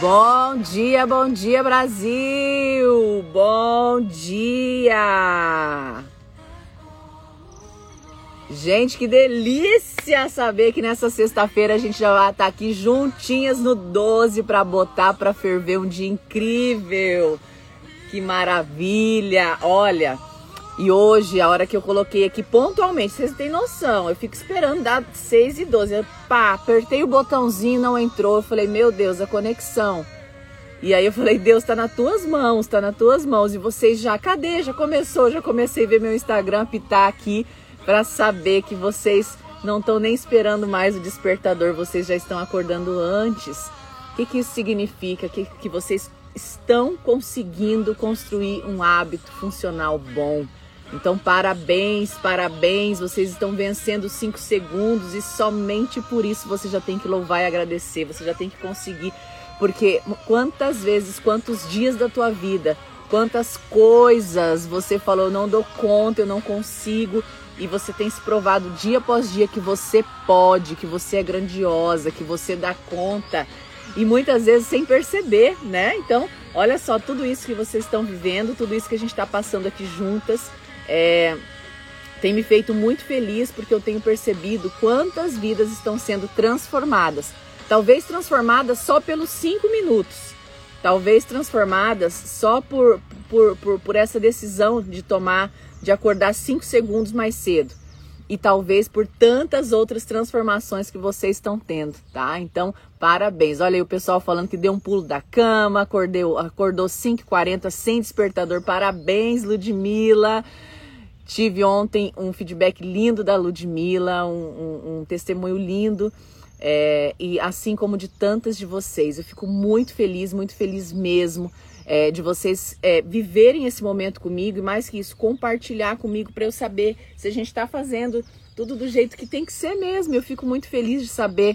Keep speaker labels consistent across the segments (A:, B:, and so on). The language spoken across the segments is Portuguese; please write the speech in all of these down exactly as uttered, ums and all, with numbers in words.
A: Bom dia, bom dia, Brasil! Bom dia! Gente, que delícia saber que nessa sexta-feira a gente já vai estar aqui juntinhas no doze para botar para ferver um dia incrível. Que maravilha! Olha, e hoje, a hora que eu coloquei aqui pontualmente, vocês têm noção, eu fico esperando dar seis e doze. Eu, pá, apertei o botãozinho, não entrou. Eu falei, meu Deus, a conexão. E aí eu falei, Deus, tá nas tuas mãos, tá nas tuas mãos. E vocês já, cadê? Já começou, já comecei a ver meu Instagram pitar aqui para saber que vocês não estão nem esperando mais o despertador, vocês já estão acordando antes. O que que isso significa? Que, que vocês estão conseguindo construir um hábito funcional bom. Então, parabéns, parabéns, vocês estão vencendo cinco segundos e somente por isso você já tem que louvar e agradecer, você já tem que conseguir, porque quantas vezes, quantos dias da tua vida, quantas coisas você falou, não dou conta, eu não consigo, e você tem se provado dia após dia que você pode, que você é grandiosa, que você dá conta, e muitas vezes sem perceber, né? Então, olha só, tudo isso que vocês estão vivendo, tudo isso que a gente está passando aqui juntas, É, tem me feito muito feliz porque eu tenho percebido quantas vidas estão sendo transformadas. Talvez transformadas só pelos cinco minutos. Talvez transformadas só por, por, por, por essa decisão de tomar, de acordar cinco segundos mais cedo. E talvez por tantas outras transformações que vocês estão tendo, tá? Então, parabéns. Olha aí o pessoal falando que deu um pulo da cama, acordeu, acordou cinco e quarenta sem despertador. Parabéns, Ludmila. Tive ontem um feedback lindo da Ludmila, um, um, um testemunho lindo, é, e assim como de tantas de vocês. Eu fico muito feliz, muito feliz mesmo é, de vocês é, viverem esse momento comigo e mais que isso, compartilhar comigo para eu saber se a gente está fazendo tudo do jeito que tem que ser mesmo. Eu fico muito feliz de saber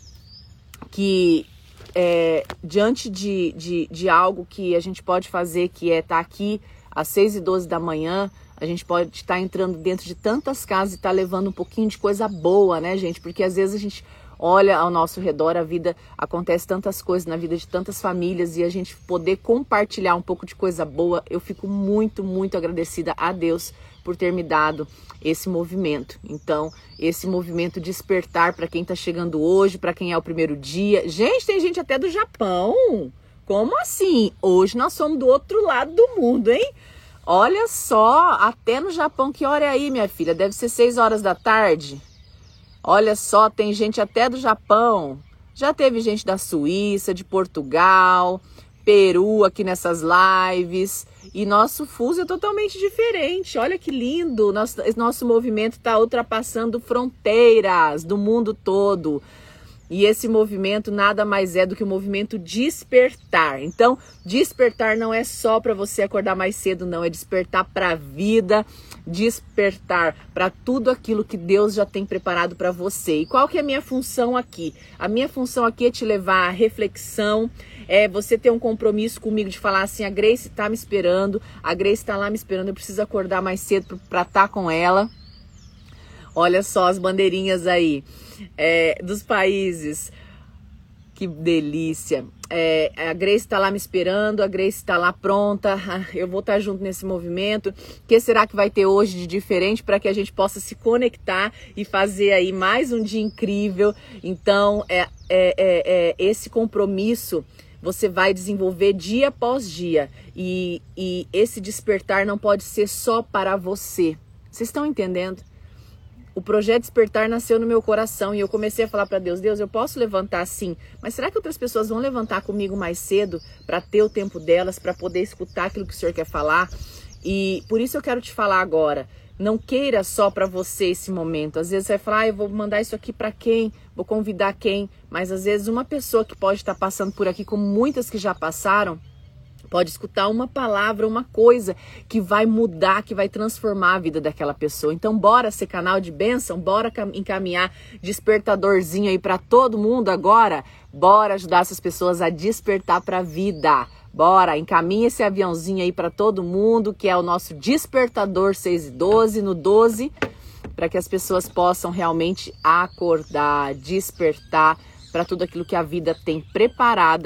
A: que é, diante de, de, de algo que a gente pode fazer, que é estar aqui às seis e doze da manhã, a gente pode estar entrando dentro de tantas casas e estar levando um pouquinho de coisa boa, né, gente? Porque às vezes a gente olha ao nosso redor, a vida, acontece tantas coisas na vida de tantas famílias e a gente poder compartilhar um pouco de coisa boa, eu fico muito, muito agradecida a Deus por ter me dado esse movimento. Então, esse movimento despertar para quem está chegando hoje, para quem é o primeiro dia. Gente, tem gente até do Japão. Como assim? Hoje nós somos do outro lado do mundo, hein? Olha só, até no Japão, que hora é aí, minha filha? Deve ser seis horas da tarde. Olha só, tem gente até do Japão. Já teve gente da Suíça, de Portugal, Peru aqui nessas lives. E nosso fuso é totalmente diferente. Olha que lindo. Nosso, nosso movimento está ultrapassando fronteiras do mundo todo. E esse movimento nada mais é do que o movimento despertar. Então, despertar não é só para você acordar mais cedo, não. É despertar para a vida, despertar para tudo aquilo que Deus já tem preparado para você. E qual que é a minha função aqui? A minha função aqui é te levar à reflexão, é você ter um compromisso comigo de falar assim, a Grace está me esperando, a Grace está lá me esperando, eu preciso acordar mais cedo para estar com ela. Olha só as bandeirinhas aí. É, dos países, que delícia. É, a Grace está lá me esperando, a Grace está lá pronta, eu vou estar junto nesse movimento. O que será que vai ter hoje de diferente para que a gente possa se conectar e fazer aí mais um dia incrível? Então, é, é, é, é esse compromisso você vai desenvolver dia após dia e, e esse despertar não pode ser só para você. Vocês estão entendendo? O projeto Despertar nasceu no meu coração e eu comecei a falar para Deus, Deus, eu posso levantar sim, mas será que outras pessoas vão levantar comigo mais cedo para ter o tempo delas, para poder escutar aquilo que o Senhor quer falar? E por isso eu quero te falar agora, não queira só para você esse momento. Às vezes você vai falar, ah, eu vou mandar isso aqui para quem? Vou convidar quem? Mas às vezes uma pessoa que pode estar passando por aqui, como muitas que já passaram, pode escutar uma palavra, uma coisa que vai mudar, que vai transformar a vida daquela pessoa. Então, bora ser canal de bênção, bora encaminhar despertadorzinho aí para todo mundo agora. Bora ajudar essas pessoas a despertar para a vida. Bora, encaminha esse aviãozinho aí para todo mundo, que é o nosso despertador seis e doze, no doze, para que as pessoas possam realmente acordar, despertar para tudo aquilo que a vida tem preparada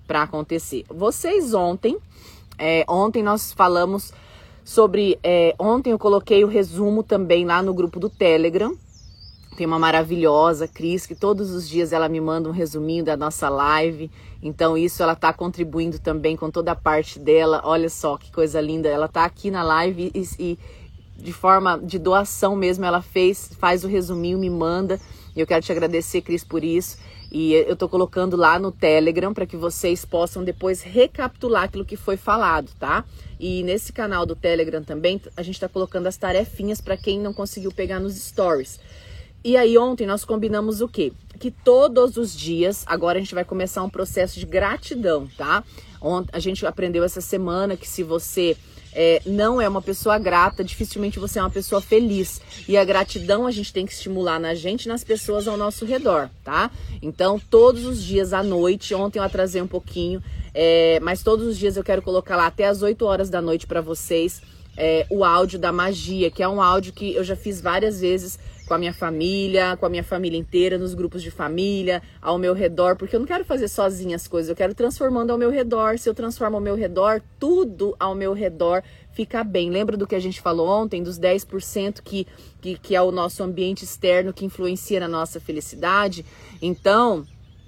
A: para acontecer. Vocês ontem, é, ontem nós falamos sobre, é, ontem eu coloquei o resumo também lá no grupo do Telegram. Tem uma maravilhosa, Cris, que todos os dias ela me manda um resuminho da nossa live. Então isso ela tá contribuindo também com toda a parte dela. Olha só que coisa linda. Ela tá aqui na live e, e de forma de doação mesmo ela fez, faz o resuminho, me manda. E eu quero te agradecer, Cris, por isso. E eu tô colocando lá no Telegram para que vocês possam depois recapitular aquilo que foi falado, tá? E nesse canal do Telegram também a gente tá colocando as tarefinhas para quem não conseguiu pegar nos stories. E aí ontem nós combinamos o quê? Que todos os dias, agora a gente vai começar um processo de gratidão, tá? Ontem, a gente aprendeu essa semana que se você é, não é uma pessoa grata, dificilmente você é uma pessoa feliz. E a gratidão a gente tem que estimular na gente e nas pessoas ao nosso redor, tá? Então todos os dias à noite, ontem eu atrasei um pouquinho, é, mas todos os dias eu quero colocar lá até as oito horas da noite para vocês é, o áudio da magia, que é um áudio que eu já fiz várias vezes com a minha família, com a minha família inteira, nos grupos de família, ao meu redor, porque eu não quero fazer sozinha as coisas, eu quero transformando ao meu redor. Se eu transformo ao meu redor, tudo ao meu redor fica bem. Lembra do que a gente falou ontem, dos dez por cento que, que, que é o nosso ambiente externo que influencia na nossa felicidade? Então,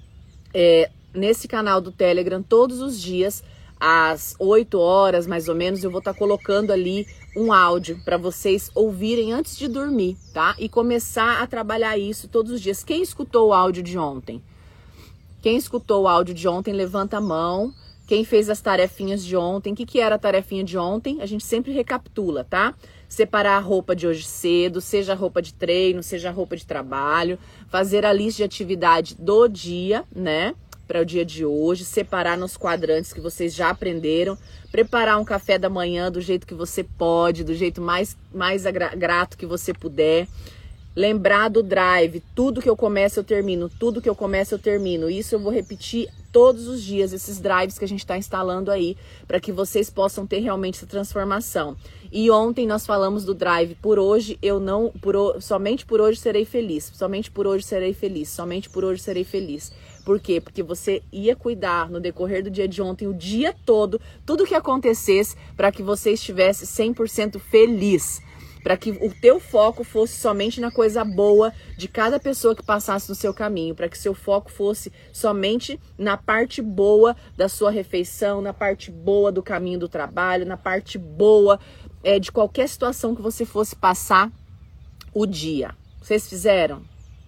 A: é, nesse canal do Telegram, todos os dias, às oito horas mais ou menos, eu vou estar colocando ali um áudio para vocês ouvirem antes de dormir, tá? E começar a trabalhar isso todos os dias. Quem escutou o áudio de ontem? Quem escutou o áudio de ontem, levanta a mão. Quem fez as tarefinhas de ontem? O que, que era a tarefinha de ontem? A gente sempre recapitula, tá? Separar a roupa de hoje cedo, seja a roupa de treino, seja a roupa de trabalho. Fazer a lista de atividade do dia, né? Para o dia de hoje, separar nos quadrantes que vocês já aprenderam, preparar um café da manhã do jeito que você pode, do jeito mais, mais grato que você puder. Lembrar do drive, tudo que eu começo eu termino, tudo que eu começo eu termino. Isso eu vou repetir todos os dias, esses drives que a gente está instalando aí, para que vocês possam ter realmente essa transformação. E ontem nós falamos do drive, por hoje eu não, por, somente por hoje serei feliz, somente por hoje serei feliz, somente por hoje serei feliz. Por quê? Porque você ia cuidar no decorrer do dia de ontem, o dia todo, tudo que acontecesse, para que você estivesse cem por cento feliz. Para que o teu foco fosse somente na coisa boa de cada pessoa que passasse no seu caminho, para que seu foco fosse somente na parte boa da sua refeição, na parte boa do caminho do trabalho, na parte boa é, de qualquer situação que você fosse passar o dia. Vocês fizeram?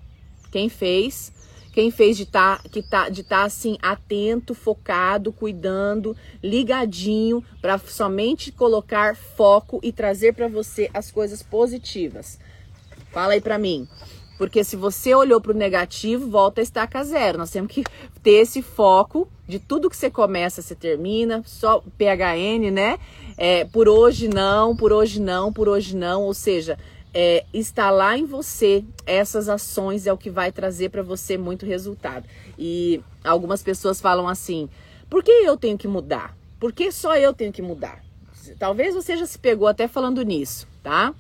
A: Quem fez? Quem fez de estar tá, tá, de tá, assim, atento, focado, cuidando, ligadinho, para somente colocar foco e trazer para você as coisas positivas. Fala aí para mim. Porque se você olhou para o negativo, volta a estaca zero. Nós temos que ter esse foco de tudo que você começa, você termina. Só P H N, né? É, por hoje não, por hoje não, por hoje não. Ou seja... É, instalar em você essas ações é o que vai trazer para você muito resultado. E algumas pessoas falam assim, por que eu tenho que mudar? Por que só eu tenho que mudar? Talvez você já se pegou até falando nisso, tá?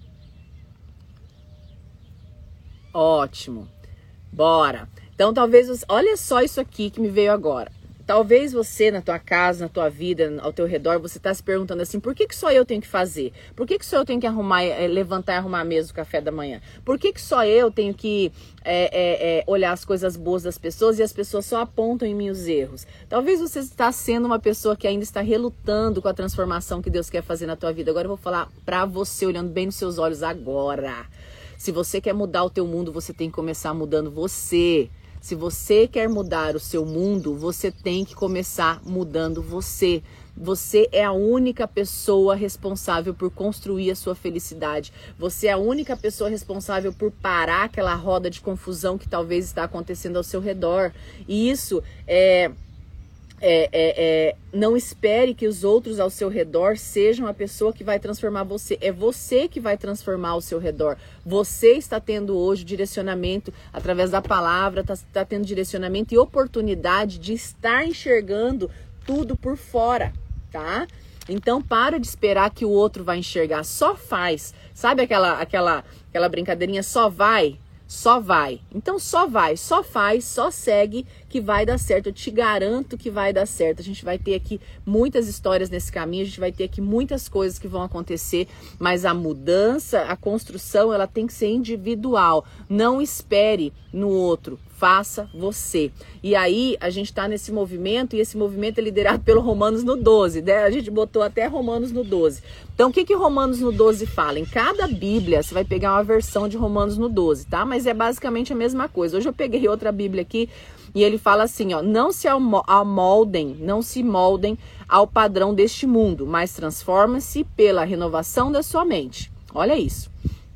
A: Ótimo. Bora. Então talvez você... Olha só isso aqui que me veio agora. Talvez você, na tua casa, na tua vida, ao teu redor, você está se perguntando assim, por que, que só eu tenho que fazer? Por que, que só eu tenho que arrumar, é, levantar e arrumar a mesa do café da manhã? Por que, que só eu tenho que é, é, é, olhar as coisas boas das pessoas e as pessoas só apontam em mim os erros? Talvez você está sendo uma pessoa que ainda está relutando com a transformação que Deus quer fazer na tua vida. Agora eu vou falar para você, olhando bem nos seus olhos agora. Se você quer mudar o teu mundo, você tem que começar mudando você. Se você quer mudar o seu mundo, você tem que começar mudando você. Você é a única pessoa responsável por construir a sua felicidade. Você é a única pessoa responsável por parar aquela roda de confusão que talvez está acontecendo ao seu redor. E isso é... É, é, é, não espere que os outros ao seu redor sejam a pessoa que vai transformar você. É você que vai transformar o seu redor. Você está tendo hoje direcionamento através da palavra, está tá tendo direcionamento e oportunidade de estar enxergando tudo por fora, tá? Então para de esperar que o outro vai enxergar, só faz. Sabe aquela, aquela, aquela brincadeirinha, só vai? Só vai. Então só vai, só faz, só segue que vai dar certo. Eu te garanto que vai dar certo. A gente vai ter aqui muitas histórias nesse caminho, a gente vai ter aqui muitas coisas que vão acontecer, mas a mudança, a construção, ela tem que ser individual. Não espere no outro. Faça você. E aí a gente está nesse movimento, e esse movimento é liderado pelo Romanos no doze, né? A gente botou até Romanos no doze. Então o que que Romanos no doze fala? Em cada Bíblia você vai pegar uma versão de Romanos no doze, tá? Mas é basicamente a mesma coisa. Hoje eu peguei outra Bíblia aqui e ele fala assim, ó: não se amoldem, não se moldem ao padrão deste mundo, mas transformem-se pela renovação da sua mente. Olha isso.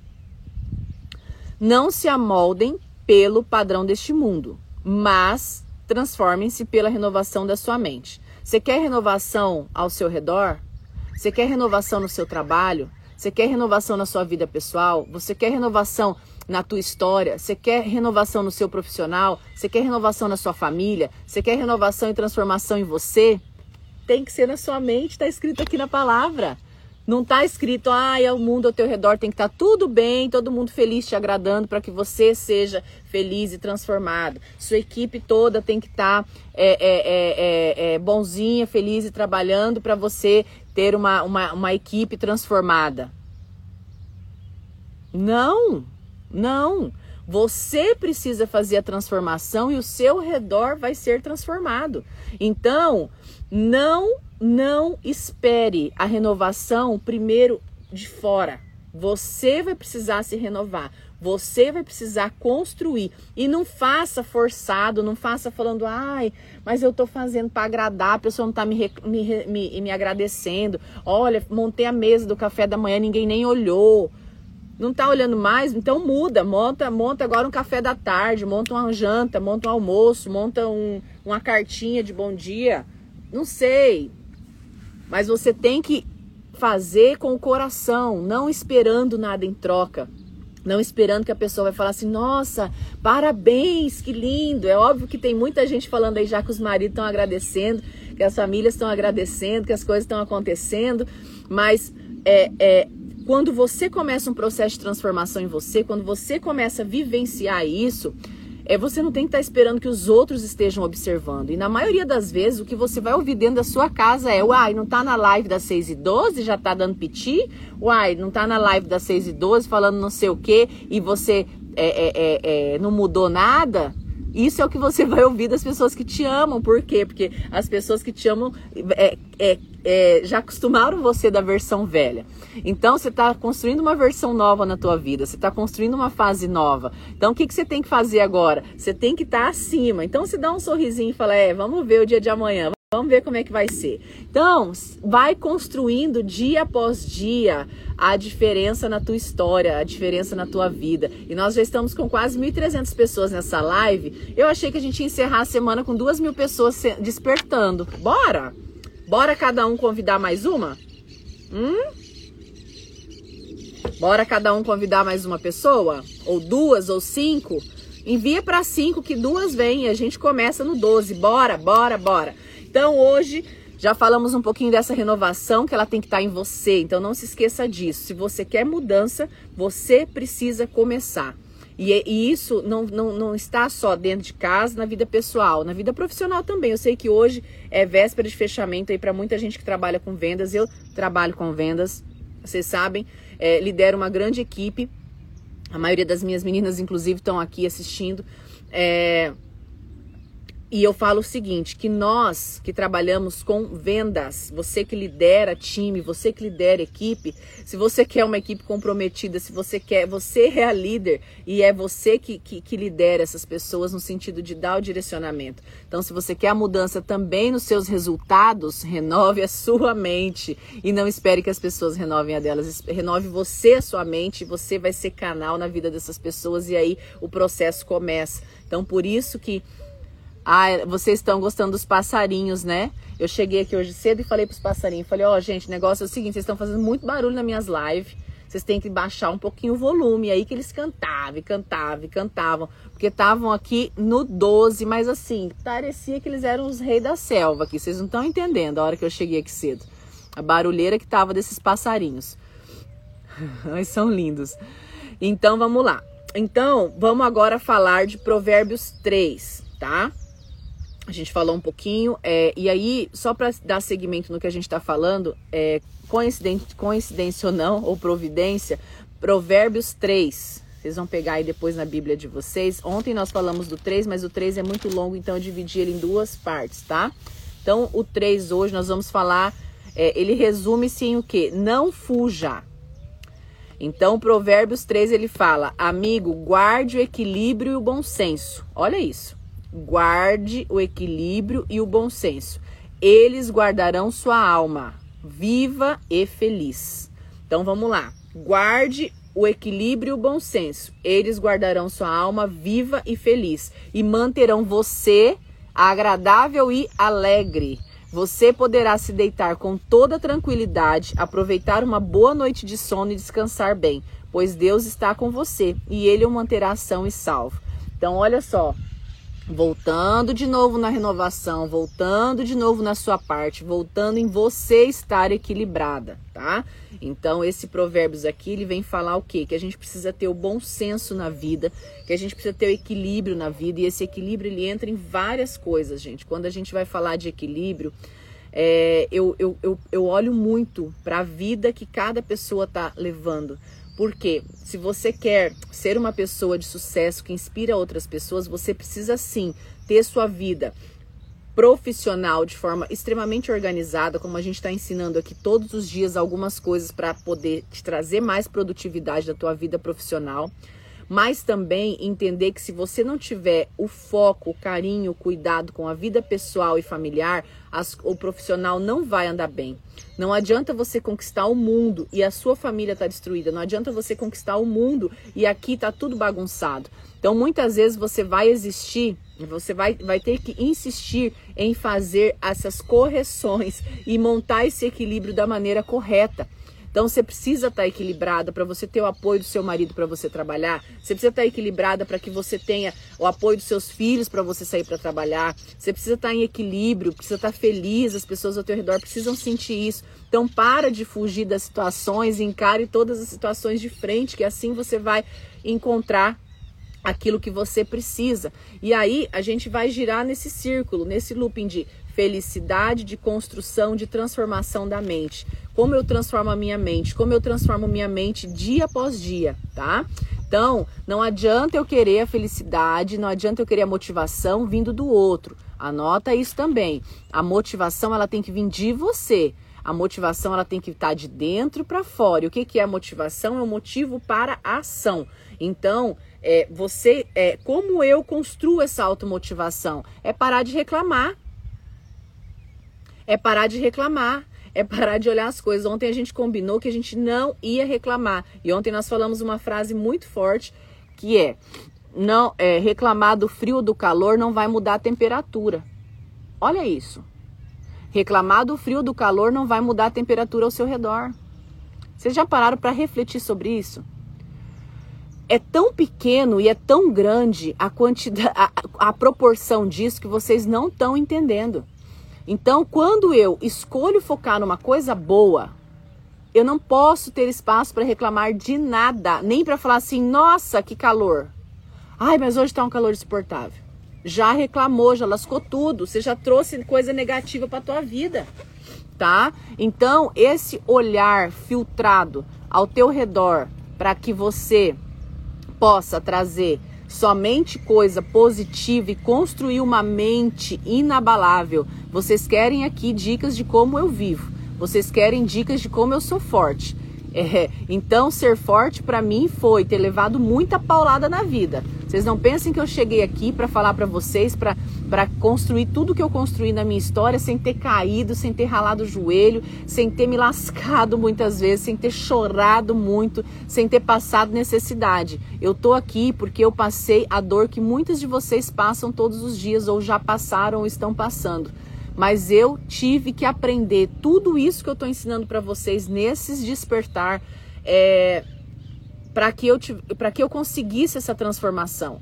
A: Não se amoldem pelo padrão deste mundo, mas transformem-se pela renovação da sua mente. Você quer renovação ao seu redor? Você quer renovação no seu trabalho? Você quer renovação na sua vida pessoal? Você quer renovação na tua história? Você quer renovação no seu profissional? Você quer renovação na sua família? Você quer renovação e transformação em você? Tem que ser na sua mente, está escrito aqui na palavra. Não está escrito, ah, o mundo ao teu redor tem que estar tudo bem, todo mundo feliz te agradando para que você seja feliz e transformado. Sua equipe toda tem que estar é, é, é, é, bonzinha, feliz e trabalhando para você ter uma, uma, uma equipe transformada. Não, não. Você precisa fazer a transformação e o seu redor vai ser transformado. Então, não, não espere a renovação primeiro de fora. Você vai precisar se renovar. Você vai precisar construir. E não faça forçado, não faça falando, ai, mas eu tô fazendo para agradar, a pessoa não tá me, me, me, me agradecendo. Olha, montei a mesa do café da manhã, ninguém nem olhou. Não tá olhando mais? Então muda, monta, monta agora um café da tarde, monta uma janta, monta um almoço, monta um, uma cartinha de bom dia. Não sei. Mas você tem que fazer com o coração, não esperando nada em troca. Não esperando que a pessoa vai falar assim, nossa, parabéns, que lindo. É óbvio que tem muita gente falando aí já que os maridos estão agradecendo, que as famílias estão agradecendo, que as coisas estão acontecendo. Mas é, é, quando você começa um processo de transformação em você, quando você começa a vivenciar isso, é, você não tem que estar esperando que os outros estejam observando. E na maioria das vezes, o que você vai ouvir dentro da sua casa é, uai, não tá na live das seis e doze, já tá dando piti? Uai, não tá na live das seis e doze falando não sei o quê e você é, é, é, é, não mudou nada? Isso é o que você vai ouvir das pessoas que te amam. Por quê? Porque as pessoas que te amam é, é, é, já acostumaram você da versão velha. Então, você está construindo uma versão nova na tua vida. Você está construindo uma fase nova. Então, o que, que você tem que fazer agora? Você tem que estar tá acima. Então, você dá um sorrisinho e fala, é, vamos ver o dia de amanhã. Vamos ver como é que vai ser. Então, vai construindo dia após dia a diferença na tua história, a diferença na tua vida. E nós já estamos com quase mil e trezentas pessoas nessa live. Eu achei que a gente ia encerrar a semana com duas mil pessoas despertando. Bora? Bora cada um convidar mais uma? Hum? Bora cada um convidar mais uma pessoa? Ou duas, ou cinco? Envia para cinco que duas vêm e a gente começa no doze. Bora, bora, bora. Então hoje já falamos um pouquinho dessa renovação que ela tem que estar em você. Então não se esqueça disso. Se você quer mudança, você precisa começar. E, e isso não, não, não está só dentro de casa, na vida pessoal, na vida profissional também. Eu sei que hoje é véspera de fechamento aí para muita gente que trabalha com vendas. Eu trabalho com vendas, vocês sabem, é, lidero uma grande equipe. A maioria das minhas meninas, inclusive, estão aqui assistindo. É... E eu falo o seguinte, que nós que trabalhamos com vendas, você que lidera time, você que lidera equipe, se você quer uma equipe comprometida, se você quer, você é a líder e é você que, que, que lidera essas pessoas no sentido de dar o direcionamento. Então, se você quer a mudança também nos seus resultados, renove a sua mente e não espere que as pessoas renovem a delas. Renove você a sua mente, você vai ser canal na vida dessas pessoas e aí o processo começa. Então, por isso que Ah, vocês estão gostando dos passarinhos, né? Eu cheguei aqui hoje cedo e falei pros passarinhos, falei, ó, oh, gente, o negócio é o seguinte, vocês estão fazendo muito barulho nas minhas lives, vocês têm que baixar um pouquinho o volume, aí que eles cantavam, cantavam, cantavam, porque estavam aqui no doze, mas assim, parecia que eles eram os reis da selva aqui, vocês não estão entendendo a hora que eu cheguei aqui cedo, a barulheira que tava desses passarinhos. Eles são lindos. Então, vamos lá. então, vamos agora falar de Provérbios três, tá? A gente falou um pouquinho, é, e aí, só para dar seguimento no que a gente está falando, é, coincidência, coincidência ou não, ou providência, Provérbios três, vocês vão pegar aí depois na Bíblia de vocês. Ontem nós falamos do três, mas o três é muito longo, então eu dividi ele em duas partes, tá? Então, o três hoje nós vamos falar, é, ele resume-se em o quê? Não fuja. Então, Provérbios três, ele fala, amigo, guarde o equilíbrio e o bom senso. Olha isso. Guarde o equilíbrio e o bom senso. Eles guardarão sua alma, viva e feliz. Então, vamos lá. Guarde o equilíbrio e o bom senso. Eles guardarão sua alma, viva e feliz. E manterão você agradável e alegre. Você poderá se deitar com toda tranquilidade, aproveitar uma boa noite de sono e descansar bem, pois Deus está com você e Ele o manterá são e salvo. Então, olha só, voltando de novo na renovação, voltando de novo na sua parte, voltando em você estar equilibrada, tá? Então, esse Provérbios aqui, ele vem falar o quê? Que a gente precisa ter o bom senso na vida, que a gente precisa ter o equilíbrio na vida, e esse equilíbrio, ele entra em várias coisas, gente. Quando a gente vai falar de equilíbrio, é, eu, eu, eu, eu olho muito para a vida que cada pessoa tá levando. Porque se você quer ser uma pessoa de sucesso que inspira outras pessoas, você precisa sim ter sua vida profissional de forma extremamente organizada, como a gente está ensinando aqui todos os dias algumas coisas para poder te trazer mais produtividade da tua vida profissional, mas também entender que se você não tiver o foco, o carinho, o cuidado com a vida pessoal e familiar, as, o profissional não vai andar bem. Não adianta você conquistar o mundo e a sua família tá destruída, não adianta você conquistar o mundo e aqui tá tudo bagunçado. Então muitas vezes você vai existir, você vai, vai ter que insistir em fazer essas correções e montar esse equilíbrio da maneira correta. Então você precisa estar equilibrada para você ter o apoio do seu marido para você trabalhar. Você precisa estar equilibrada para que você tenha o apoio dos seus filhos para você sair para trabalhar. Você precisa estar em equilíbrio, precisa estar feliz, as pessoas ao teu redor precisam sentir isso. Então para de fugir das situações, encare todas as situações de frente, que assim você vai encontrar aquilo que você precisa. E aí a gente vai girar nesse círculo, nesse looping de felicidade, de construção, de transformação da mente. Como eu transformo a minha mente? Como eu transformo minha mente dia após dia, tá? Então, não adianta eu querer a felicidade, não adianta eu querer a motivação vindo do outro. Anota isso também. A motivação, ela tem que vir de você. A motivação, ela tem que estar de dentro para fora. E o que que é a motivação? É o motivo para a ação. Então, é, você, é, como eu construo essa automotivação? É parar de reclamar. É parar de reclamar. É parar de olhar as coisas. Ontem a gente combinou que a gente não ia reclamar. E ontem nós falamos uma frase muito forte, que é, não, é reclamar do frio ou do calor não vai mudar a temperatura. Olha isso. Reclamar do frio ou do calor não vai mudar a temperatura ao seu redor. Vocês já pararam para refletir sobre isso? É tão pequeno e é tão grande a quantidade, a, a proporção disso que vocês não estão entendendo. Então, quando eu escolho focar numa coisa boa, eu não posso ter espaço para reclamar de nada, nem para falar assim, nossa, que calor. Ai, mas hoje está um calor insuportável. Já reclamou, já lascou tudo, você já trouxe coisa negativa para tua vida, tá? Então, esse olhar filtrado ao teu redor para que você possa trazer somente coisa positiva e construir uma mente inabalável. Vocês querem aqui dicas de como eu vivo. Vocês querem dicas de como eu sou forte. É, então, ser forte para mim foi ter levado muita paulada na vida. Vocês não pensem que eu cheguei aqui para falar para vocês, para para construir tudo que eu construí na minha história sem ter caído, sem ter ralado o joelho, sem ter me lascado muitas vezes, sem ter chorado muito, sem ter passado necessidade. Eu tô aqui porque eu passei a dor que muitas de vocês passam todos os dias, ou já passaram ou estão passando. Mas eu tive que aprender tudo isso que eu estou ensinando para vocês nesses despertar, é, para que eu para que eu conseguisse essa transformação.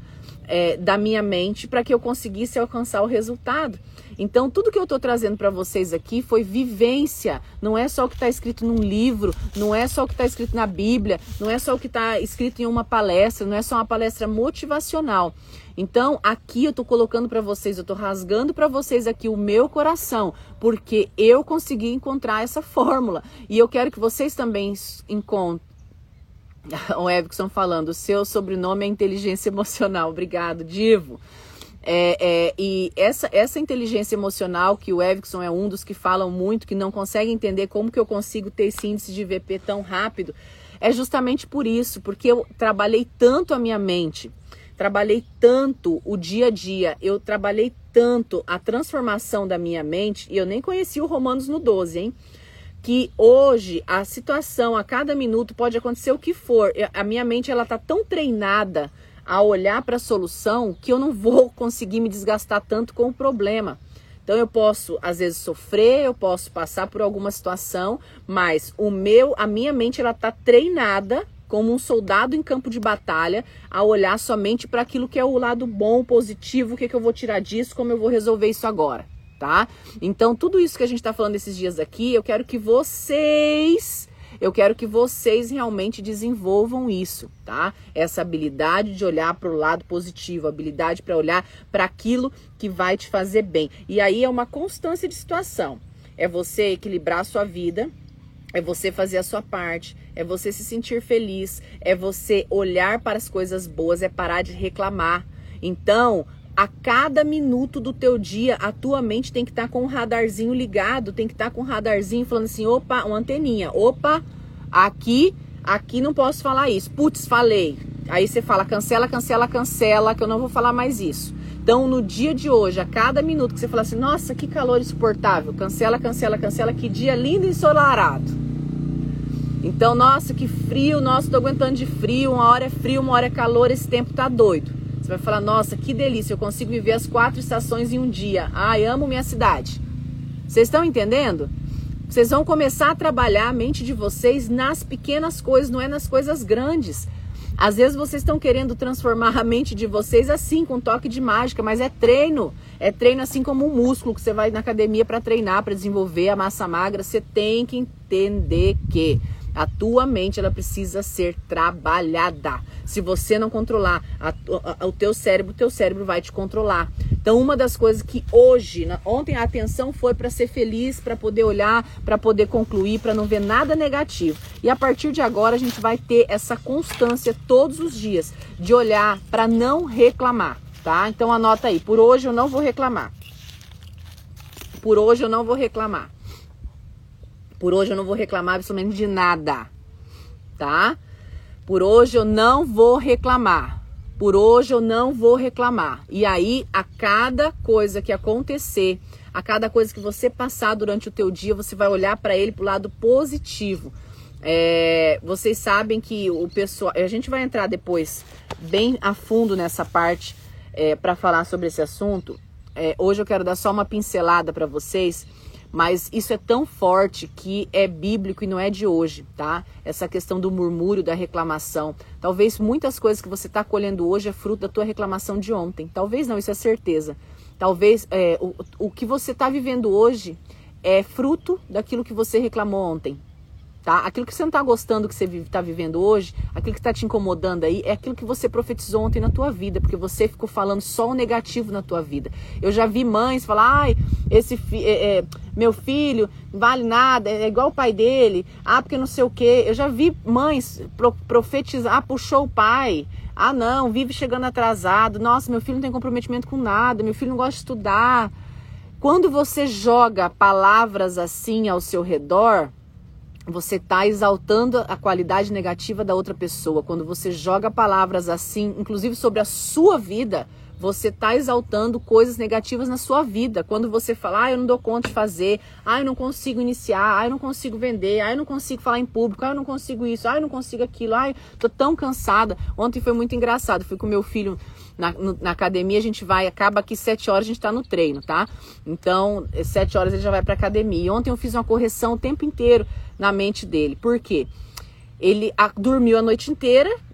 A: é, da minha mente para que eu conseguisse alcançar o resultado. Então, tudo que eu estou trazendo para vocês aqui foi vivência. Não é só o que está escrito num livro, não é só o que está escrito na Bíblia, não é só o que está escrito em uma palestra, não é só uma palestra motivacional. Então, aqui eu estou colocando para vocês, eu estou rasgando para vocês aqui o meu coração, porque eu consegui encontrar essa fórmula. E eu quero que vocês também encontrem. O Evson falando, o seu sobrenome é inteligência emocional. Obrigado, Divo. É, é, e essa, essa inteligência emocional, que o Evson é um dos que falam muito, que não consegue entender como que eu consigo ter esse índice de V P tão rápido, é justamente por isso, porque eu trabalhei tanto a minha mente, trabalhei tanto o dia a dia, eu trabalhei tanto a transformação da minha mente, e eu nem conheci o Romanos no doze, hein? Que hoje a situação, a cada minuto pode acontecer o que for, a minha mente ela tá tão treinada a olhar para a solução que eu não vou conseguir me desgastar tanto com o problema. Então eu posso às vezes sofrer, eu posso passar por alguma situação, mas o meu, a minha mente ela tá treinada como um soldado em campo de batalha a olhar somente para aquilo que é o lado bom, positivo, o que, que eu vou tirar disso, como eu vou resolver isso agora, tá? Então tudo isso que a gente tá falando esses dias aqui, eu quero que vocês... Eu quero que vocês realmente desenvolvam isso, tá? Essa habilidade de olhar para o lado positivo, habilidade para olhar para aquilo que vai te fazer bem. E aí é uma constância de situação. É você equilibrar a sua vida, é você fazer a sua parte, é você se sentir feliz, é você olhar para as coisas boas, é parar de reclamar. Então, a cada minuto do teu dia, a tua mente tem que estar com um radarzinho ligado, tem que estar com um radarzinho falando assim, opa, uma anteninha, opa, aqui, aqui não posso falar isso, putz, falei. Aí você fala, cancela, cancela, cancela, que eu não vou falar mais isso. Então, no dia de hoje, a cada minuto que você fala assim, nossa, que calor insuportável, cancela, cancela, cancela, que dia lindo e ensolarado. Então, nossa, que frio, nossa, tô aguentando de frio, uma hora é frio, uma hora é calor, esse tempo tá doido. Você vai falar, nossa, que delícia, eu consigo viver as quatro estações em um dia. Ai, amo minha cidade. Vocês estão entendendo? Vocês vão começar a trabalhar a mente de vocês nas pequenas coisas, não é nas coisas grandes. Às vezes vocês estão querendo transformar a mente de vocês assim, com um toque de mágica, mas é treino. É treino assim como um músculo que você vai na academia para treinar, para desenvolver a massa magra. Você tem que entender que a tua mente ela precisa ser trabalhada. Se você não controlar a, a, o teu cérebro, o teu cérebro vai te controlar. Então, uma das coisas que hoje, na, ontem a atenção foi para ser feliz, para poder olhar, para poder concluir, para não ver nada negativo. E a partir de agora a gente vai ter essa constância todos os dias de olhar para não reclamar, tá? Então anota aí, por hoje eu não vou reclamar. Por hoje eu não vou reclamar. Por hoje eu não vou reclamar absolutamente de nada, tá? Por hoje eu não vou reclamar. Por hoje eu não vou reclamar. E aí, a cada coisa que acontecer, a cada coisa que você passar durante o teu dia, você vai olhar para ele pro lado positivo. É, vocês sabem que o pessoal... A gente vai entrar depois bem a fundo nessa parte é, para falar sobre esse assunto. É, hoje eu quero dar só uma pincelada para vocês. Mas isso é tão forte que é bíblico e não é de hoje, tá? Essa questão do murmúrio, da reclamação. Talvez muitas coisas que você está colhendo hoje é fruto da tua reclamação de ontem. Talvez não, isso é certeza. Talvez é, o, o que você está vivendo hoje é fruto daquilo que você reclamou ontem, tá? Aquilo que você não está gostando que você está vivendo hoje, aquilo que está te incomodando aí, é aquilo que você profetizou ontem na tua vida, porque você ficou falando só o negativo na tua vida. Eu já vi mães falar, ai, esse fi é, é, meu filho não vale nada, é igual o pai dele, ah, porque não sei o quê. Eu já vi mães pro profetizar, ah, puxou o pai, ah, não, vive chegando atrasado, nossa, meu filho não tem comprometimento com nada, meu filho não gosta de estudar. Quando você joga palavras assim ao seu redor, você está exaltando a qualidade negativa da outra pessoa. Quando você joga palavras assim, inclusive sobre a sua vida, você está exaltando coisas negativas na sua vida. Quando você fala, ah, eu não dou conta de fazer, ah, eu não consigo iniciar, ah, eu não consigo vender, ah, eu não consigo falar em público, ah, eu não consigo isso, ah, eu não consigo aquilo, ah, eu tô tão cansada. Ontem foi muito engraçado, fui com meu filho na, no, na academia, a gente vai, acaba aqui sete horas, a gente tá no treino, tá? Então, sete horas ele já vai pra academia. E ontem eu fiz uma correção o tempo inteiro na mente dele. Por quê? Ele a, dormiu a noite inteira,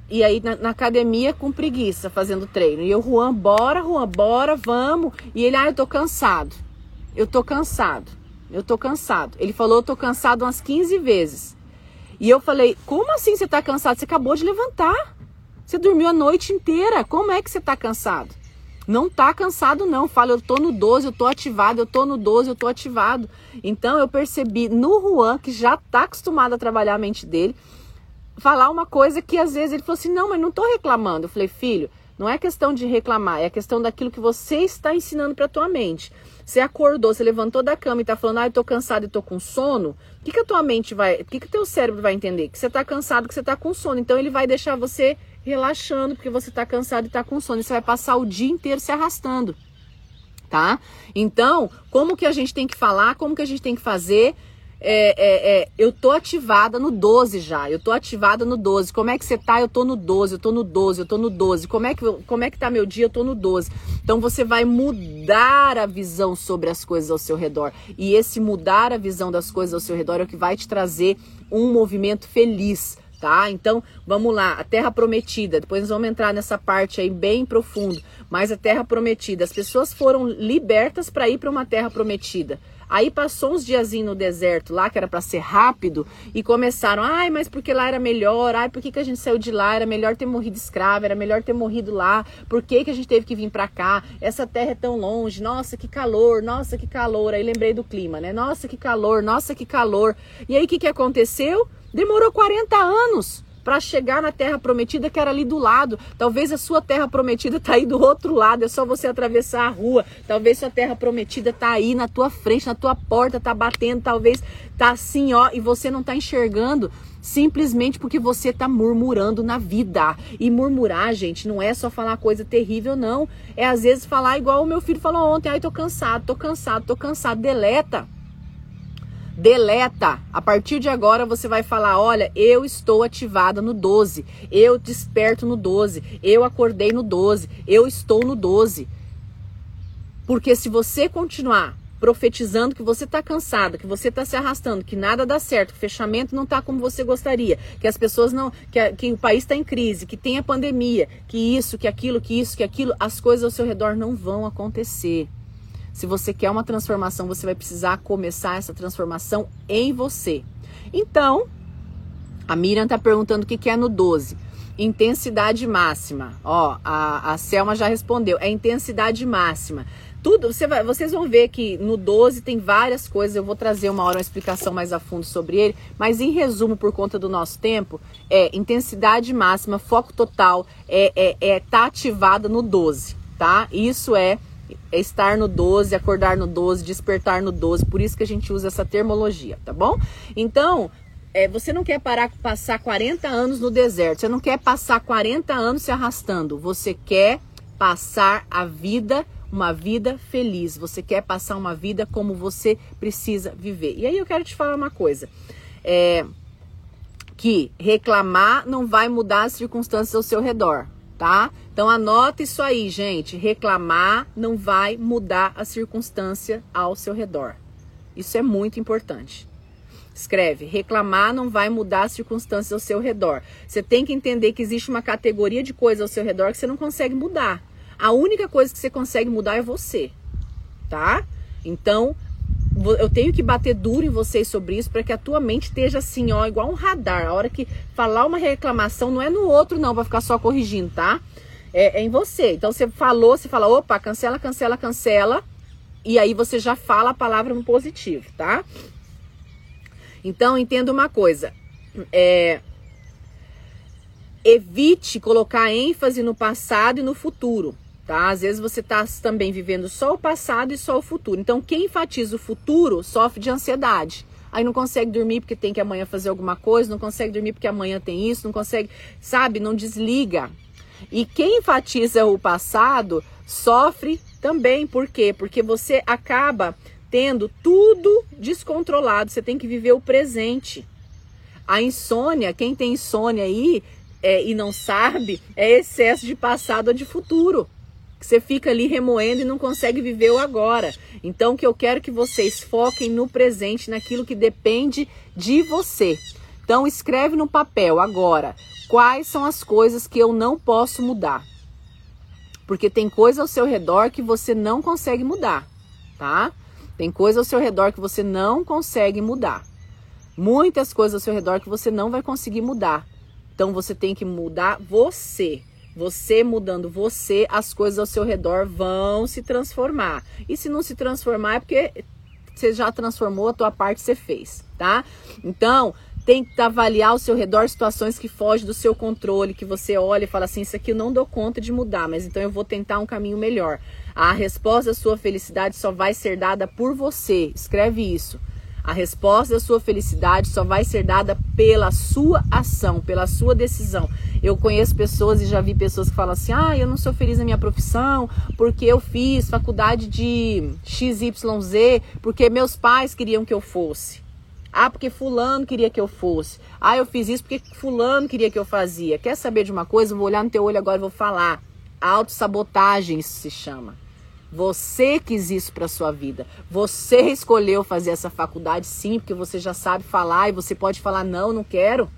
A: E aí na, na academia com preguiça, fazendo treino. E eu, Juan, bora, Juan, bora, vamos. E ele, ah, eu tô cansado. Eu tô cansado. Eu tô cansado. Ele falou, eu tô cansado umas quinze vezes. E eu falei, como assim você tá cansado? Você acabou de levantar. Você dormiu a noite inteira. Como é que você tá cansado? Não tá cansado não. Fala, eu tô no doze, eu tô ativado, eu tô no doze, eu tô ativado. Então eu percebi no Juan, que já tá acostumado a trabalhar a mente dele, falar uma coisa que às vezes ele falou assim, não, mas não tô reclamando. Eu falei, filho, não é questão de reclamar, é questão daquilo que você está ensinando para tua mente. Você acordou, você levantou da cama e tá falando, ah, eu tô cansado e tô com sono. O que que a tua mente vai, o que que teu cérebro vai entender? Que você tá cansado, que você tá com sono. Então ele vai deixar você relaxando, porque você tá cansado e tá com sono. E você vai passar o dia inteiro se arrastando, tá? Então, como que a gente tem que falar, como que a gente tem que fazer? É, é, é, eu tô ativada no doze já, eu tô ativada no doze. Como é que você tá? Eu tô no doze, eu tô no doze, eu tô no doze. Como é que, como é que tá meu dia? Eu tô no doze. Então você vai mudar a visão sobre as coisas ao seu redor. E esse mudar a visão das coisas ao seu redor é o que vai te trazer um movimento feliz, tá? Então, vamos lá, a Terra Prometida. Depois nós vamos entrar nessa parte aí bem profundo. Mas a Terra Prometida, as pessoas foram libertas para ir para uma Terra Prometida. Aí passou uns diazinhos no deserto lá, que era para ser rápido, e começaram, ai, mas porque lá era melhor, ai, por que que a gente saiu de lá, era melhor ter morrido escravo, era melhor ter morrido lá, por que que a gente teve que vir para cá, essa terra é tão longe, nossa, que calor, nossa, que calor, aí lembrei do clima, né, nossa, que calor, nossa, que calor, e aí o que que aconteceu? Demorou quarenta anos para chegar na Terra Prometida, que era ali do lado. Talvez a sua Terra Prometida tá aí do outro lado, é só você atravessar a rua. Talvez sua Terra Prometida tá aí na tua frente, na tua porta, tá batendo, talvez tá assim, ó, e você não tá enxergando, simplesmente porque você tá murmurando na vida. E murmurar, gente, não é só falar coisa terrível, não. É às vezes falar igual o meu filho falou ontem, ai, tô cansado, tô cansado, tô cansado, deleta. Deleta. A partir de agora você vai falar, olha, eu estou ativada no doze, eu desperto no doze, eu acordei no doze, eu estou no doze. Porque se você continuar profetizando que você está cansada, que você está se arrastando, que nada dá certo, que o fechamento não está como você gostaria, que as pessoas não, que, a, que o país está em crise, que tem a pandemia, que isso, que aquilo, que isso, que aquilo, as coisas ao seu redor não vão acontecer. Se você quer uma transformação, você vai precisar começar essa transformação em você. Então, a Miriam está perguntando o que, que é no doze. Intensidade máxima. Ó, a, a Selma já respondeu. É intensidade máxima. Tudo, você vai, vocês vão ver que no doze tem várias coisas. Eu vou trazer uma hora uma explicação mais a fundo sobre ele. Mas em resumo, por conta do nosso tempo, é intensidade máxima, foco total, é, é, é tá ativada no doze, tá? Isso é... É estar no doze, acordar no doze, despertar no doze. Por isso que a gente usa essa termologia, tá bom? Então, é, você não quer parar, passar quarenta anos no deserto. Você não quer passar quarenta anos se arrastando. Você quer passar a vida, uma vida feliz. Você quer passar uma vida como você precisa viver. E aí eu quero te falar uma coisa. É, que reclamar não vai mudar as circunstâncias ao seu redor, tá? Então anota isso aí, gente. Reclamar não vai mudar a circunstância ao seu redor. Isso é muito importante. Escreve, reclamar não vai mudar as circunstâncias ao seu redor. Você tem que entender que existe uma categoria de coisas ao seu redor que você não consegue mudar. A única coisa que você consegue mudar é você, tá? Então, eu tenho que bater duro em vocês sobre isso para que a tua mente esteja assim, ó, igual um radar. A hora que falar uma reclamação não é no outro não, para ficar só corrigindo, tá? É, é em você. Então você falou, você fala, opa, cancela, cancela, cancela. E aí você já fala a palavra no positivo, tá? Então entenda uma coisa. É, evite colocar ênfase no passado e no futuro, tá? Às vezes você tá também vivendo só o passado e só o futuro. Então quem enfatiza o futuro sofre de ansiedade. Aí não consegue dormir porque tem que amanhã fazer alguma coisa, não consegue dormir porque amanhã tem isso, não consegue, sabe, não desliga. E quem enfatiza o passado sofre também. Por quê? Porque você acaba tendo tudo descontrolado. Você tem que viver o presente. A insônia, quem tem insônia aí é, e não sabe, é excesso de passado ou de futuro. Você fica ali remoendo e não consegue viver o agora. Então o que eu quero que vocês foquem no presente, naquilo que depende de você. Então escreve no papel agora. quais são as coisas que eu não posso mudar. Porque tem coisa ao seu redor que você não consegue mudar, tá? Tem coisa ao seu redor que você não consegue mudar. Muitas coisas ao seu redor que você não vai conseguir mudar. Então você tem que mudar você. Você mudando você, as coisas ao seu redor vão se transformar. E se não se transformar é porque você já transformou, a tua parte você fez, tá? Então, tem que avaliar ao seu redor situações que fogem do seu controle, que você olha e fala assim, isso aqui eu não dou conta de mudar, mas então eu vou tentar um caminho melhor. A resposta da sua felicidade só vai ser dada por você. Escreve isso. A resposta da sua felicidade só vai ser dada pela sua ação, pela sua decisão. Eu conheço pessoas e já vi pessoas que falam assim, ah, eu não sou feliz na minha profissão porque eu fiz faculdade de X Y Z, porque meus pais queriam que eu fosse. Ah, porque fulano queria que eu fosse. Ah, eu fiz isso porque fulano queria que eu fazia. Quer saber de uma coisa? Eu vou olhar no teu olho agora e vou falar. Autossabotagem, isso se chama. Você quis isso para sua vida. Você escolheu fazer essa faculdade, sim, porque você já sabe falar e você pode falar não, não quero.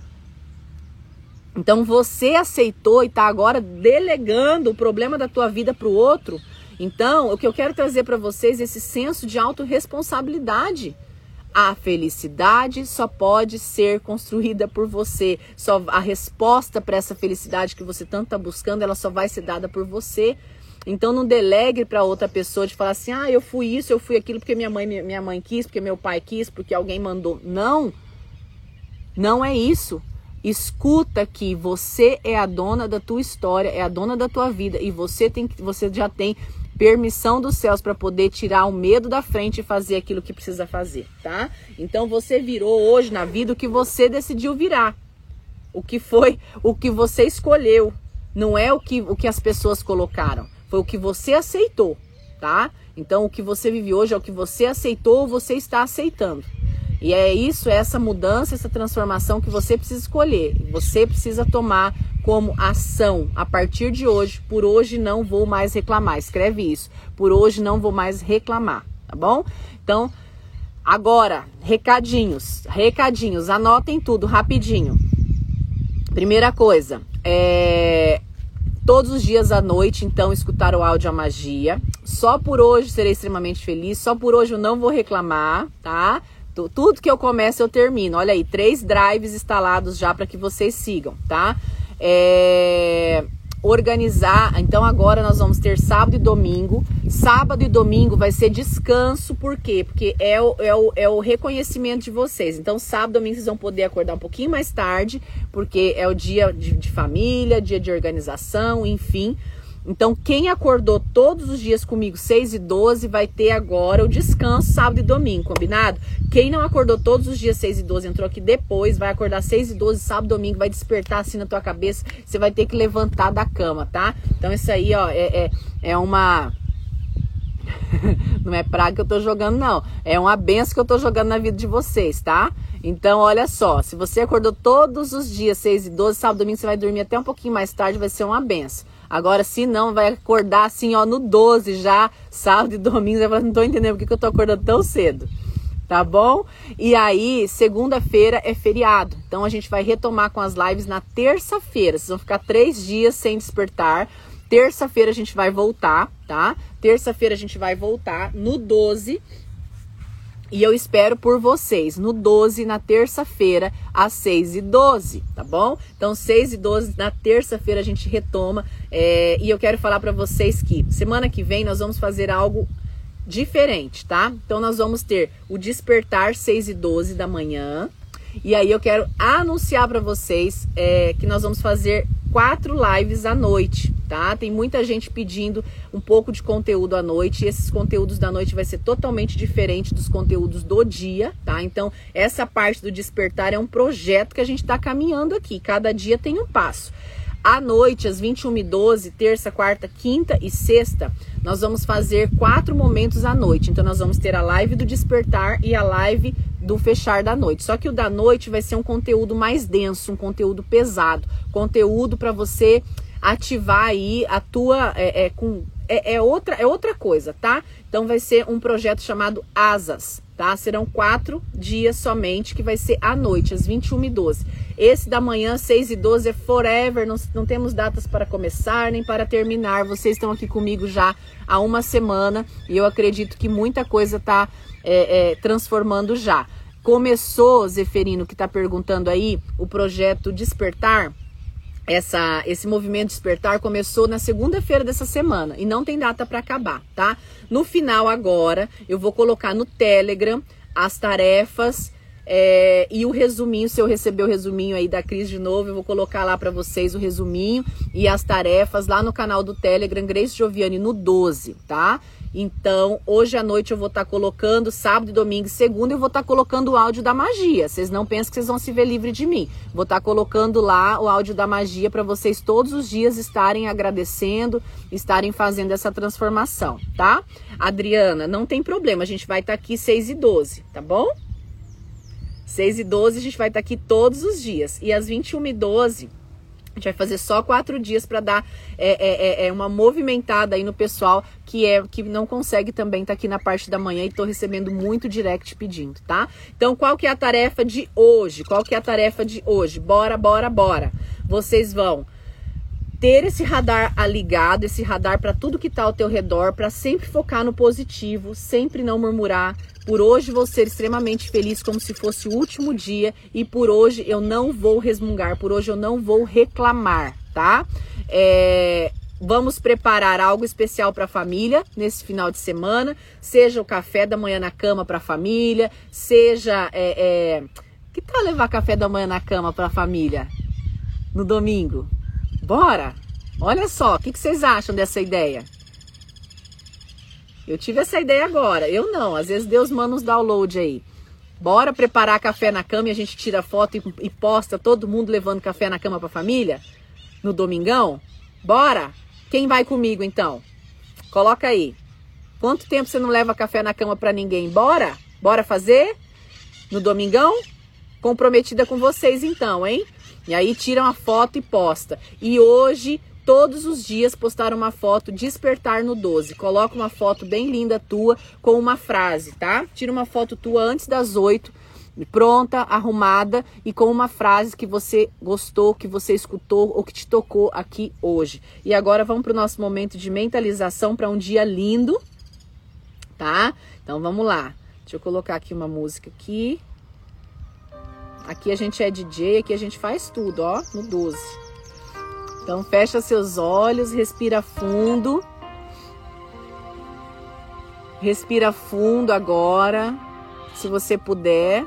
A: Então você aceitou e está agora delegando o problema da tua vida para o outro. Então, o que eu quero trazer para vocês é esse senso de autorresponsabilidade. A felicidade só pode ser construída por você. Só a resposta para essa felicidade que você tanto está buscando, ela só vai ser dada por você. Então não delegue para outra pessoa de falar assim, ah, eu fui isso, eu fui aquilo porque minha mãe, minha mãe quis, porque meu pai quis, porque alguém mandou. Não, não é isso. Escuta que você é a dona da tua história, é a dona da tua vida e você, tem, você já tem permissão dos céus para poder tirar o medo da frente e fazer aquilo que precisa fazer, tá? Então você virou hoje na vida o que você decidiu virar, o que foi, o que você escolheu, não é o que, o que as pessoas colocaram. Foi o que você aceitou, tá? Então, o que você vive hoje é o que você aceitou ou você está aceitando. E é isso, é essa mudança, essa transformação que você precisa escolher. Você precisa tomar como ação. A partir de hoje, por hoje não vou mais reclamar. Escreve isso. Por hoje não vou mais reclamar, tá bom? Então, agora, recadinhos. Recadinhos, anotem tudo rapidinho. Primeira coisa, é... todos os dias à noite, então, escutar o áudio A Magia. Só por hoje serei extremamente feliz. Só por hoje eu não vou reclamar, tá? Tudo que eu começo eu termino. Olha aí, três drives instalados já para que vocês sigam, tá? É... Organizar. Então agora nós vamos ter sábado e domingo. Sábado e domingo vai ser descanso. Por quê? Porque é o, é o, é o reconhecimento de vocês. Então sábado e domingo vocês vão poder acordar um pouquinho mais tarde, porque é o dia de, de família, dia de organização, enfim. Então quem acordou todos os dias comigo seis e doze vai ter agora o descanso sábado e domingo, combinado? Quem não acordou todos os dias seis e doze, entrou aqui depois, vai acordar seis e doze, sábado e domingo, vai despertar assim na tua cabeça, você vai ter que levantar da cama, tá? Então isso aí, ó, é, é, é uma... não é praga que eu tô jogando, não. É uma benção que eu tô jogando na vida de vocês, tá? Então, olha só, se você acordou todos os dias seis e doze, sábado e domingo, você vai dormir até um pouquinho mais tarde, vai ser uma benção. Agora, se não, vai acordar assim, ó, no doze já, sábado e domingo, você vai falar, não tô entendendo porque que eu tô acordando tão cedo, tá bom? E aí, segunda-feira é feriado, então a gente vai retomar com as lives na terça-feira, vocês vão ficar três dias sem despertar, terça-feira a gente vai voltar, tá? Terça-feira a gente vai voltar no doze, e eu espero por vocês no doze, na terça-feira, às seis e doze, tá bom? Então, seis e doze, na terça-feira a gente retoma. É, e eu quero falar pra vocês que semana que vem nós vamos fazer algo diferente, tá? Então, nós vamos ter o despertar seis e doze da manhã. E aí eu quero anunciar pra vocês é, que nós vamos fazer quatro lives à noite, tá? Tem muita gente pedindo um pouco de conteúdo à noite, e esses conteúdos da noite vai ser totalmente diferente dos conteúdos do dia, tá? Então, essa parte do despertar é um projeto que a gente tá caminhando aqui, cada dia tem um passo. À noite, às vinte e uma e doze, terça, quarta, quinta e sexta, nós vamos fazer quatro momentos à noite. Então, nós vamos ter a live do despertar e a live do fechar da noite. Só que o da noite vai ser um conteúdo mais denso, um conteúdo pesado. Conteúdo para você ativar aí a tua... É, é, com, é, é, outra, é outra coisa, tá? Então, vai ser um projeto chamado Asas, tá? tá? Serão quatro dias somente, que vai ser à noite, às vinte e uma e doze. Esse da manhã, seis e doze, é forever, não, não temos datas para começar nem para terminar. Vocês estão aqui comigo já há uma semana e eu acredito que muita coisa tá é, é, transformando já. Começou, Zeferino, que tá perguntando aí, o projeto Despertar. Essa, esse movimento Despertar começou na segunda-feira dessa semana e não tem data para acabar, tá? No final agora, eu vou colocar no Telegram as tarefas é, e o resuminho. Se eu receber o resuminho aí da Cris de novo, eu vou colocar lá para vocês o resuminho e as tarefas lá no canal do Telegram, Grace Joviane, no doze, tá? Então, hoje à noite eu vou estar tá colocando, sábado e domingo e segunda eu vou estar tá colocando o áudio da magia. Vocês não pensam que vocês vão se ver livre de mim. Vou estar tá colocando lá o áudio da magia para vocês todos os dias estarem agradecendo, estarem fazendo essa transformação, tá? Adriana, não tem problema, a gente vai estar tá aqui seis e doze, tá bom? seis e doze a gente vai estar tá aqui todos os dias. E às vinte e uma e doze... a gente vai fazer só quatro dias para dar é, é, é uma movimentada aí no pessoal que, é, que não consegue também estar tá aqui na parte da manhã, e tô recebendo muito direct pedindo, tá? Então, qual que é a tarefa de hoje? Qual que é a tarefa de hoje? Bora, bora, bora. Vocês vão ter esse radar ligado, esse radar para tudo que tá ao teu redor, para sempre focar no positivo, sempre não murmurar. Por hoje vou ser extremamente feliz, como se fosse o último dia, e por hoje eu não vou resmungar, por hoje eu não vou reclamar, tá? É, vamos preparar algo especial para a família nesse final de semana, seja o café da manhã na cama para a família, seja... É, é, que tal levar café da manhã na cama para a família no domingo? Bora? Olha só, o que, que vocês acham dessa ideia? Eu tive essa ideia agora, eu não, às vezes Deus manda uns download aí. Bora preparar café na cama e a gente tira foto e, e posta todo mundo levando café na cama pra família? No domingão? Bora? Quem vai comigo então? Coloca aí. Quanto tempo você não leva café na cama pra ninguém? Bora? Bora fazer? No domingão? Comprometida com vocês então, hein? E aí tira uma foto e posta. E hoje... todos os dias postar uma foto Despertar no doze. Coloca uma foto bem linda tua com uma frase, tá? Tira uma foto tua antes das oito, pronta, arrumada e com uma frase que você gostou, que você escutou ou que te tocou aqui hoje. E agora vamos para o nosso momento de mentalização para um dia lindo, tá? Então vamos lá. Deixa eu colocar aqui uma música aqui. Aqui a gente é D J, aqui a gente faz tudo, ó, no doze. Então fecha seus olhos, respira fundo. Respira fundo agora, se você puder.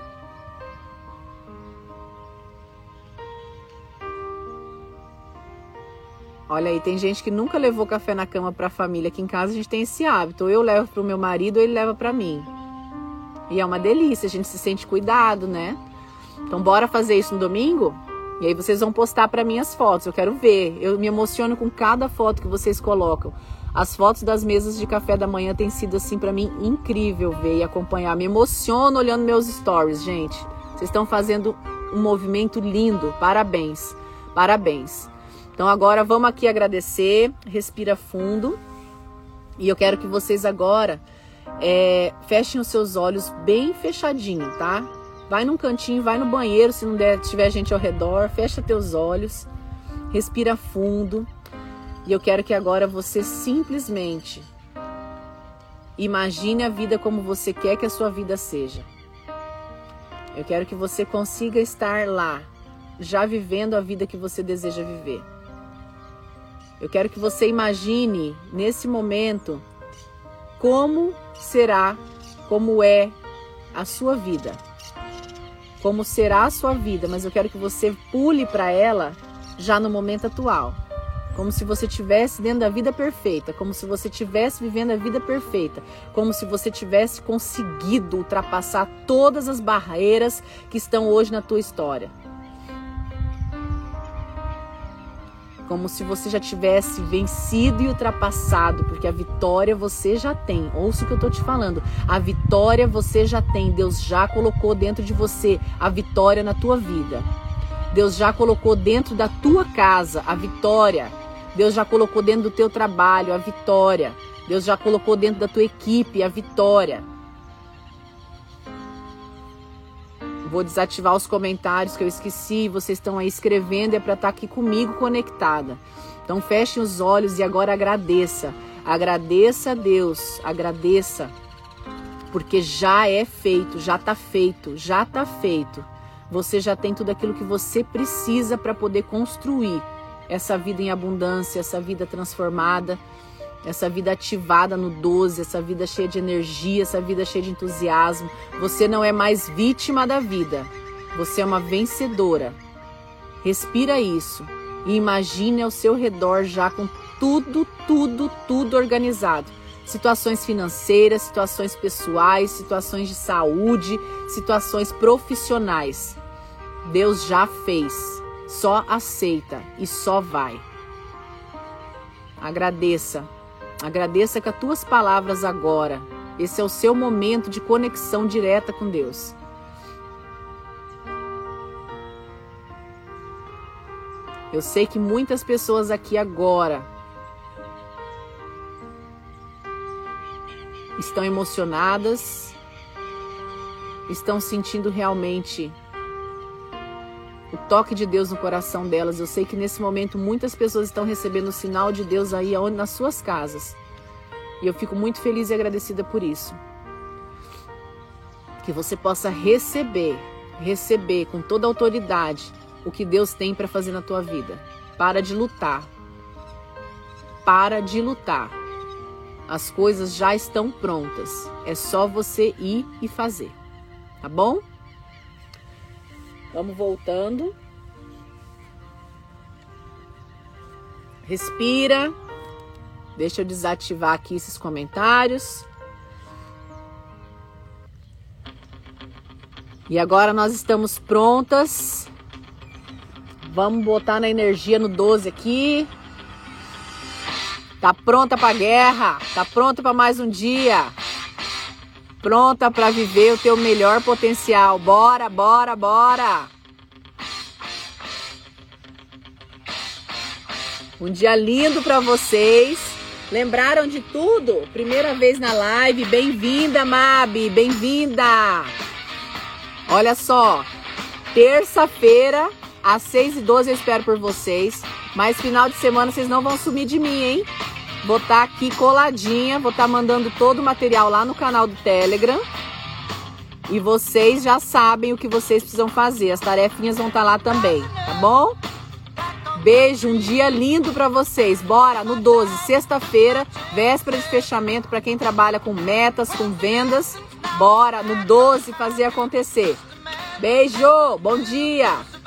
A: Olha aí, tem gente que nunca levou café na cama para a família. Aqui em casa a gente tem esse hábito. Ou eu levo para o meu marido ou ele leva para mim. E é uma delícia, a gente se sente cuidado, né? Então bora fazer isso no domingo? E aí vocês vão postar para mim as fotos, eu quero ver. Eu me emociono com cada foto que vocês colocam. As fotos das mesas de café da manhã tem sido assim para mim incrível ver e acompanhar. Me emociono olhando meus stories, gente. Vocês estão fazendo um movimento lindo. Parabéns, parabéns. Então agora vamos aqui agradecer. Respira fundo. E eu quero que vocês agora é, fechem os seus olhos bem fechadinho, tá? Vai num cantinho, vai no banheiro, se não der, tiver gente ao redor, fecha teus olhos, respira fundo. E eu quero que agora você simplesmente imagine a vida como você quer que a sua vida seja. Eu quero que você consiga estar lá, já vivendo a vida que você deseja viver. Eu quero que você imagine, nesse momento, como será, como é a sua vida. Como será a sua vida, mas eu quero que você pule para ela já no momento atual. Como se você estivesse dentro da vida perfeita, como se você estivesse vivendo a vida perfeita, como se você tivesse conseguido ultrapassar todas as barreiras que estão hoje na tua história. Como se você já tivesse vencido e ultrapassado, porque a vitória você já tem. Ouça o que eu tô te falando. A vitória você já tem. Deus já colocou dentro de você a vitória na tua vida. Deus já colocou dentro da tua casa a vitória. Deus já colocou dentro do teu trabalho a vitória. Deus já colocou dentro da tua equipe a vitória. Vou desativar os comentários que eu esqueci. Vocês estão aí escrevendo, é para estar aqui comigo conectada. Então fechem os olhos e agora agradeça. Agradeça a Deus, agradeça. Porque já é feito, já está feito, já está feito. Você já tem tudo aquilo que você precisa para poder construir essa vida em abundância, essa vida transformada, essa vida ativada no doze, essa vida cheia de energia, essa vida cheia de entusiasmo. Você não é mais vítima da vida, você é uma vencedora. Respira isso e imagine ao seu redor já com tudo, tudo, tudo organizado. Situações financeiras, situações pessoais, situações de saúde, situações profissionais. Deus já fez, só aceita e só vai. Agradeça. Agradeça com as tuas palavras agora. Esse é o seu momento de conexão direta com Deus. Eu sei que muitas pessoas aqui agora estão emocionadas, estão sentindo realmente o toque de Deus no coração delas. Eu sei que nesse momento muitas pessoas estão recebendo o sinal de Deus aí nas suas casas. E eu fico muito feliz e agradecida por isso. Que você possa receber, receber com toda a autoridade o que Deus tem para fazer na tua vida. Para de lutar. Para de lutar. As coisas já estão prontas. É só você ir e fazer. Tá bom? Vamos voltando. Respira. Deixa eu desativar aqui esses comentários. E agora nós estamos prontas. Vamos botar na energia no doze aqui. Tá pronta pra guerra. Tá pronta para mais um dia. Pronta para viver o teu melhor potencial. Bora, bora, bora. Um dia lindo para vocês. Lembraram de tudo? Primeira vez na live. Bem-vinda, Mabi. Bem-vinda. Olha só. Terça-feira, às seis e doze, eu espero por vocês. Mas final de semana vocês não vão sumir de mim, hein? Vou estar aqui coladinha, vou estar mandando todo o material lá no canal do Telegram. E vocês já sabem o que vocês precisam fazer. As tarefinhas vão estar lá também, tá bom? Beijo, um dia lindo pra vocês. Bora, no doze, sexta-feira, véspera de fechamento para quem trabalha com metas, com vendas. Bora, no doze, fazer acontecer. Beijo, bom dia!